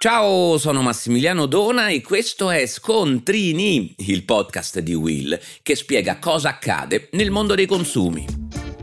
Ciao, sono Massimiliano Dona e questo è Scontrini, il podcast di Will che spiega cosa accade nel mondo dei consumi.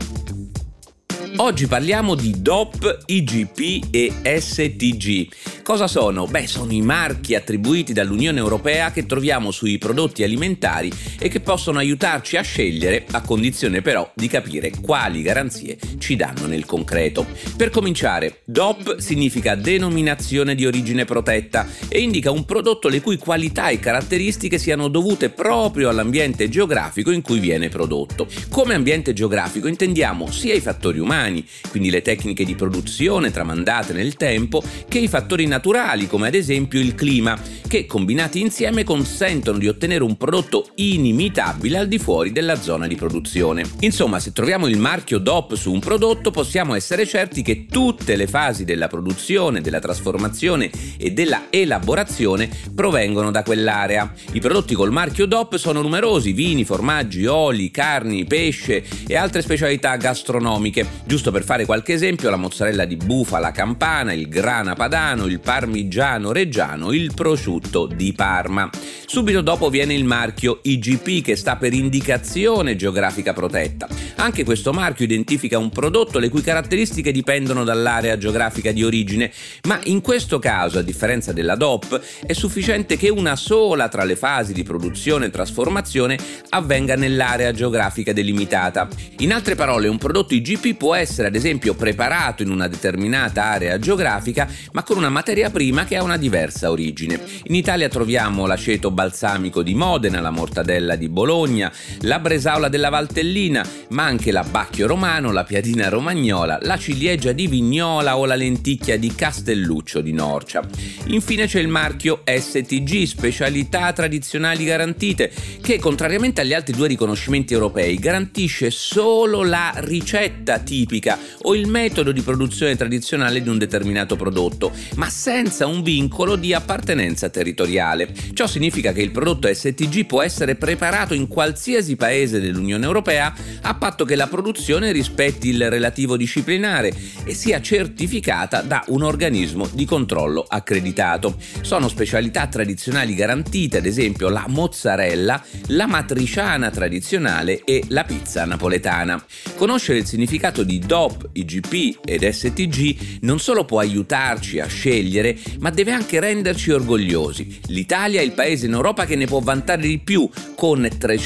Oggi parliamo di DOP, IGP e STG. Cosa sono? Sono i marchi attribuiti dall'Unione Europea che troviamo sui prodotti alimentari e che possono aiutarci a scegliere, a condizione però di capire quali garanzie ci danno nel concreto. Per cominciare, DOP significa denominazione di origine protetta e indica un prodotto le cui qualità e caratteristiche siano dovute proprio all'ambiente geografico in cui viene prodotto. Come ambiente geografico intendiamo sia i fattori umani, quindi le tecniche di produzione tramandate nel tempo, che i fattori naturali come ad esempio il clima, che combinati insieme consentono di ottenere un prodotto inimitabile al di fuori della zona di produzione. Insomma, se troviamo il marchio DOP su un prodotto possiamo essere certi che tutte le fasi della produzione, della trasformazione e della elaborazione provengono da quell'area. I prodotti col marchio DOP sono numerosi: vini, formaggi, oli, carni, pesce e altre specialità gastronomiche. Giusto per fare qualche esempio, la mozzarella di bufala campana, il grana padano, il parmigiano reggiano, il prosciutto di Parma. Subito dopo viene il marchio IGP, che sta per indicazione geografica protetta. Anche questo marchio identifica un prodotto le cui caratteristiche dipendono dall'area geografica di origine, ma in questo caso, a differenza della DOP, è sufficiente che una sola tra le fasi di produzione e trasformazione avvenga nell'area geografica delimitata. In altre parole, un prodotto IGP può essere ad esempio preparato in una determinata area geografica ma con una materia prima che ha una diversa origine. In Italia troviamo l'aceto balsamico di Modena, la mortadella di Bologna, la bresaola della Valtellina, ma anche l'abbacchio romano, la piadina romagnola, la ciliegia di Vignola o la lenticchia di Castelluccio di Norcia. Infine c'è il marchio STG, specialità tradizionali garantite, che contrariamente agli altri due riconoscimenti europei garantisce solo la ricetta tipica o il metodo di produzione tradizionale di un determinato prodotto, ma senza un vincolo di appartenenza territoriale. Ciò significa che il prodotto STG può essere preparato in qualsiasi paese dell'Unione Europea a patto che la produzione rispetti il relativo disciplinare e sia certificata da un organismo di controllo accreditato. Sono specialità tradizionali garantite, ad esempio la mozzarella, la matriciana tradizionale e la pizza napoletana. Conoscere il significato di DOP, IGP ed STG non solo può aiutarci a scegliere, ma deve anche renderci orgogliosi. L'Italia è il paese in Europa che ne può vantare di più, con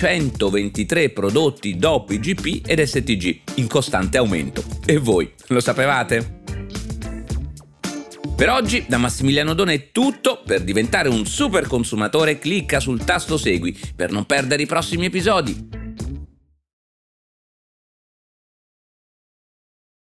323 prodotti DOP, IGP ed STG, in costante aumento. E voi, lo sapevate? Per oggi da Massimiliano Dona è tutto. Per diventare un super consumatore clicca sul tasto segui per non perdere i prossimi episodi.